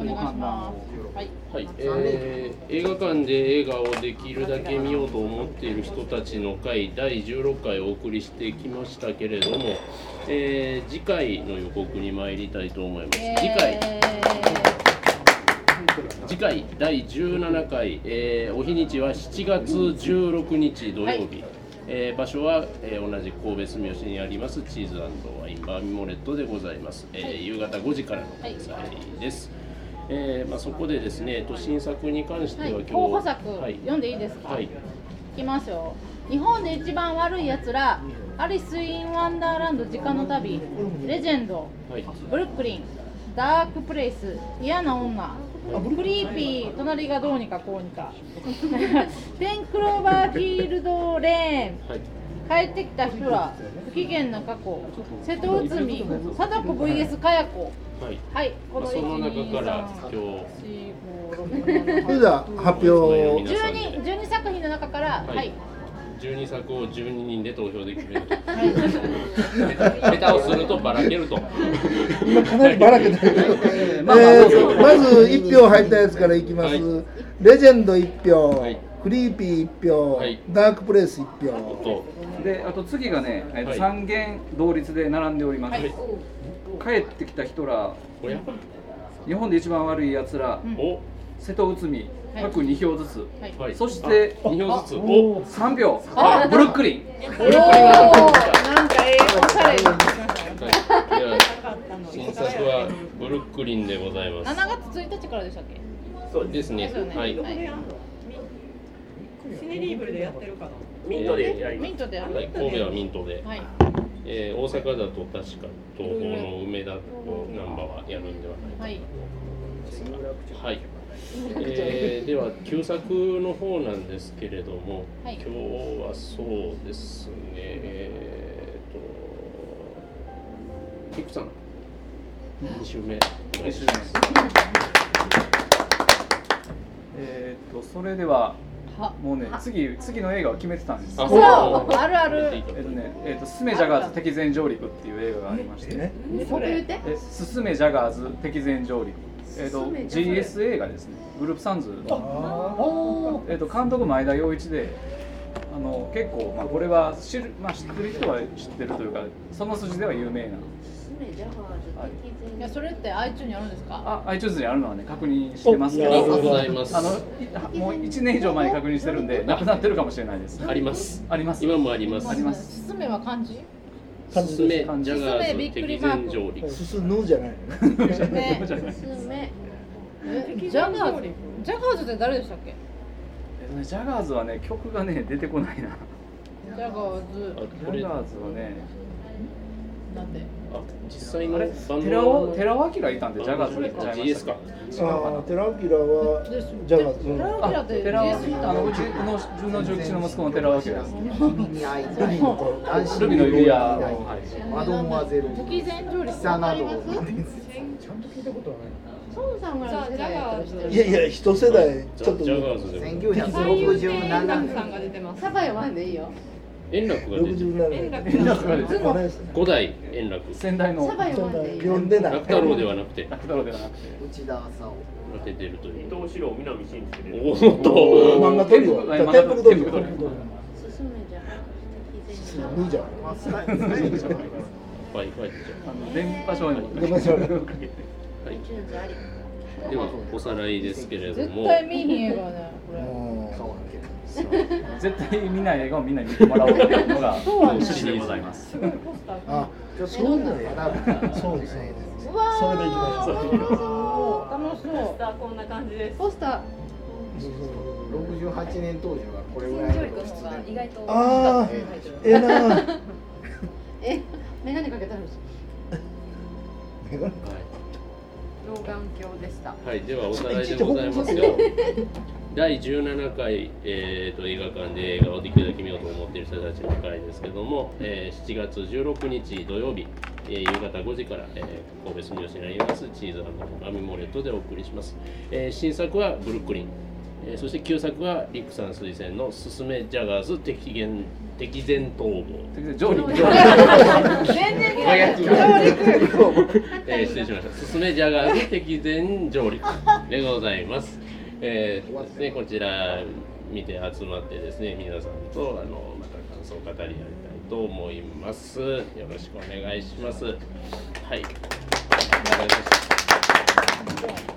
お願いします。はい。 はい、映画館で映画をできるだけ見ようと思っている人たちの会第16回お送りしてきましたけれども、次回の予告に参りたいと思います。次回第17回、お日にちは7月16日土曜日、場所は、同じ神戸住吉にありますチーズ&ワインバーミモレットでございます。夕方5時からの開催です。そこでですね、新作に関しては今日、 候補作、読んでいいですか？いきますよ。日本で一番悪いやつら、アリス・イン・ワンダーランド時間の旅、レジェンド、ブルックリン、ダークプレイス、嫌な女、クリーピー、隣がどうにかこうにかテンクローバーフィールドレーン、帰ってきた人ら、不機嫌な過去、瀬戸内海、貞子 VS かや子。はい、このその中から今日それでは発表 12作品の中から、 12作を12人で投票できる下手をするとばらけると今かなりばらけてるけどまず1票入ったやつからいきます。レジェンド1票、クリーピー1票、ダークプレイス1票で、あと次がね、3件同率で並んでおります。帰ってきた人ら、日本で一番悪いやつら、瀬戸内海、各2票ずつ、そして 2票ずつ、 3票、ブルックリン。 なんかおしゃれな。 新作はブルックリンでございます。 7月1日からでしたっけ？ そうですね。はい。 シネリーブルでやってるかな。 ミントでやります。 ミントでやる。 神戸はミントで。大阪だと確か東宝の梅田と難波はやるんではないかと。はい。では旧作の方なんですけれども、今日はそうですね。キクさん、2週目。 それでは。もうね、次の映画を決めてたんです。 あるある。 スメジャガーズ敵前上陸っていう映画がありましてね。スメジャガーズ敵前上陸。GS 映画ですね。グループサンズ。監督前田洋一で、結構これは知ってる人は知ってるというか、その筋では有名な。 いや、それって iTunes にあるんですか ？iTunes にあるのはね、確認してますけど、もう1年以上前に確認してるんで、なくなってるかもしれないです。 あります。 あります。 今もあります。 あります。 すすめは漢字？ すすめジャガーズ敵前上陸。 すすぬじゃない。 すすめ。ジャガーズって誰でしたっけ？ ジャガーズはね、曲がね出てこないな。 ジャガーズはね。 なんで？ 実際の寺尾明いたんでジャガーズで GS か。 寺尾明はジャガーズ。 寺尾明って GS いたの？ うちの重吉の息子の寺尾明です。 ルビの指輪、 マドモアゼル、 敵前上陸サなど。 ちゃんと聞いたことはない。 孫さんが世代やったら知ってる。 いや一世代ちょっと。 ジャガーズで。 1967年。 さんが出てます。 サバヤワンでいいよ。 円楽が出てる。5代円楽。 先代の。 サバヤワンでいいよ。 読んでない。 楽太郎ではなくて。 楽太郎ではなくて。 内田朝尾。 出てるという。 伊藤四郎、南真一で。 おっと。 漫画撮るよ。テンプル撮るよ。 すすめじゃ。 ぬじゃん。 電波少年。 ではおさらいですけれども。 絶対見ひん映画ねこれ。 絶対見ない映画をみんなに見てもらおうというのが趣旨でございます。 あ、そうなんや。そうですね。 うわー。 それでいきましょう。 楽しそう。 ポスターこんな感じです。 ポスター。 68年当時はこれぐらいの。 意外と。 ああ、な。 メガネかけたんです。 老眼鏡でした。 はい、ではおさらいでございますが、第17回、映画館で映画をできるだけ見ようと思っている人たちの会ですけども、7月16日土曜日、夕方5時から、神戸住吉にありますチーズ&マミモレットでお送りします。新作はブルックリン、 そして旧作はリックさん推薦のすすめジャガーズ敵前逃亡。 上陸。 全然違う。 失礼しました。すすめジャガーズ敵前上陸でございます。ですね、こちら見て集まってですね、皆さんとまた感想を語り合いたいと思います。よろしくお願いします。はい。